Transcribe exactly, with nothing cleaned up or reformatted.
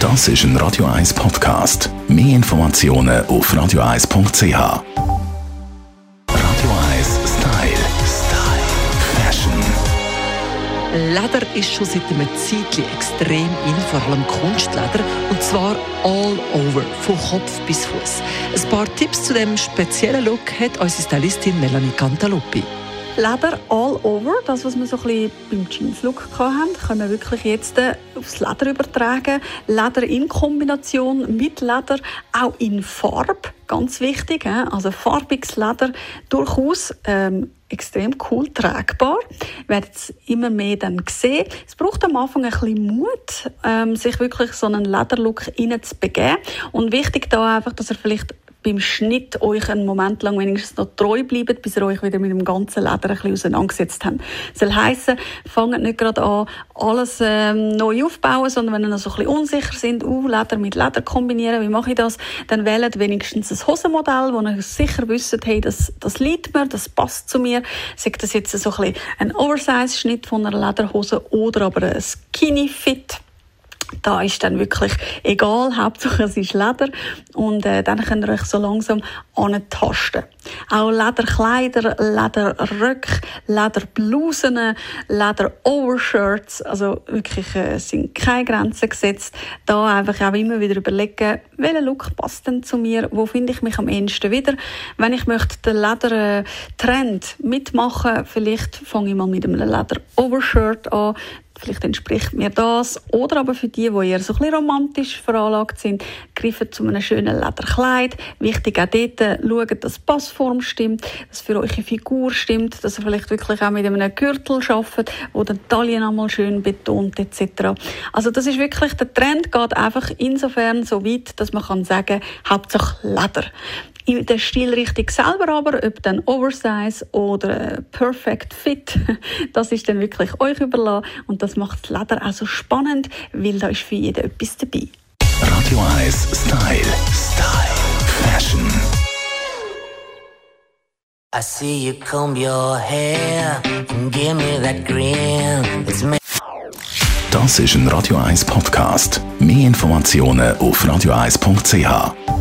Das ist ein Radio eins Podcast. Mehr Informationen auf radio eins punkt c h. Radio eins Style. Style. Fashion. Leder ist schon seit einem Zeitchen extrem in, vor allem Kunstleder, und zwar all over, von Kopf bis Fuß. Ein paar Tipps zu diesem speziellen Look hat unsere Stylistin Melanie Cantaluppi. Leder all over, das, was wir so ein bisschen beim Jeans-Look hatten, können wir wirklich jetzt aufs Leder übertragen. Leder in Kombination mit Leder, auch in Farbe, ganz wichtig. Also farbiges Leder, durchaus ähm, extrem cool tragbar. Wir werden es immer mehr dann sehen. Es braucht am Anfang ein bisschen Mut, ähm, sich wirklich so einen Lederlook reinzubegeben. Und wichtig da einfach, dass ihr vielleicht beim Schnitt euch einen Moment lang wenigstens noch treu bleibt, bis ihr euch wieder mit dem ganzen Leder ein bisschen auseinandergesetzt habt. Das soll heissen, fangt nicht gerade an, alles ähm, neu aufbauen, sondern wenn ihr noch so ein bisschen unsicher sind, uh, Leder mit Leder kombinieren, wie mache ich das? Dann wählt wenigstens ein Hosenmodell, wo ihr sicher wisst, hey, das, das liegt mir, das passt zu mir. Sagt das jetzt so ein bisschen ein Oversize-Schnitt von einer Lederhose oder aber ein Skinny-Fit. Da ist dann wirklich egal, Hauptsache es ist Leder, und äh, dann könnt ihr euch so langsam antasten. Auch Lederkleider, Lederröcke, Lederblusen, Lederovershirts, also wirklich äh, sind keine Grenzen gesetzt. Da einfach auch immer wieder überlegen, welcher Look passt denn zu mir, wo finde ich mich am ehesten wieder. Wenn ich möchte den Ledertrend mitmachen, vielleicht fange ich mal mit einem Lederovershirt an. Vielleicht entspricht mir das. Oder aber für die, die eher so ein bisschen romantisch veranlagt sind, greifen zu einem schönen Lederkleid. Wichtig auch dort, schaut, dass die Passform stimmt, dass für eure Figur stimmt, dass ihr vielleicht wirklich auch mit einem Gürtel arbeitet, wo die Taille einmal schön betont et cetera. Also das ist wirklich, der Trend geht einfach insofern so weit, dass man kann sagen, Hauptsache Leder. In der Stilrichtung selber aber, ob dann Oversize oder Perfect Fit, das ist dann wirklich euch überlassen. Und das macht das Leder auch so spannend, weil da ist für jeden etwas dabei. Radio eins Style. Style. Fashion. I see you comb your hair and give me that grin. It's me. Das ist ein Radio eins Podcast. Mehr Informationen auf radio eins punkt c h.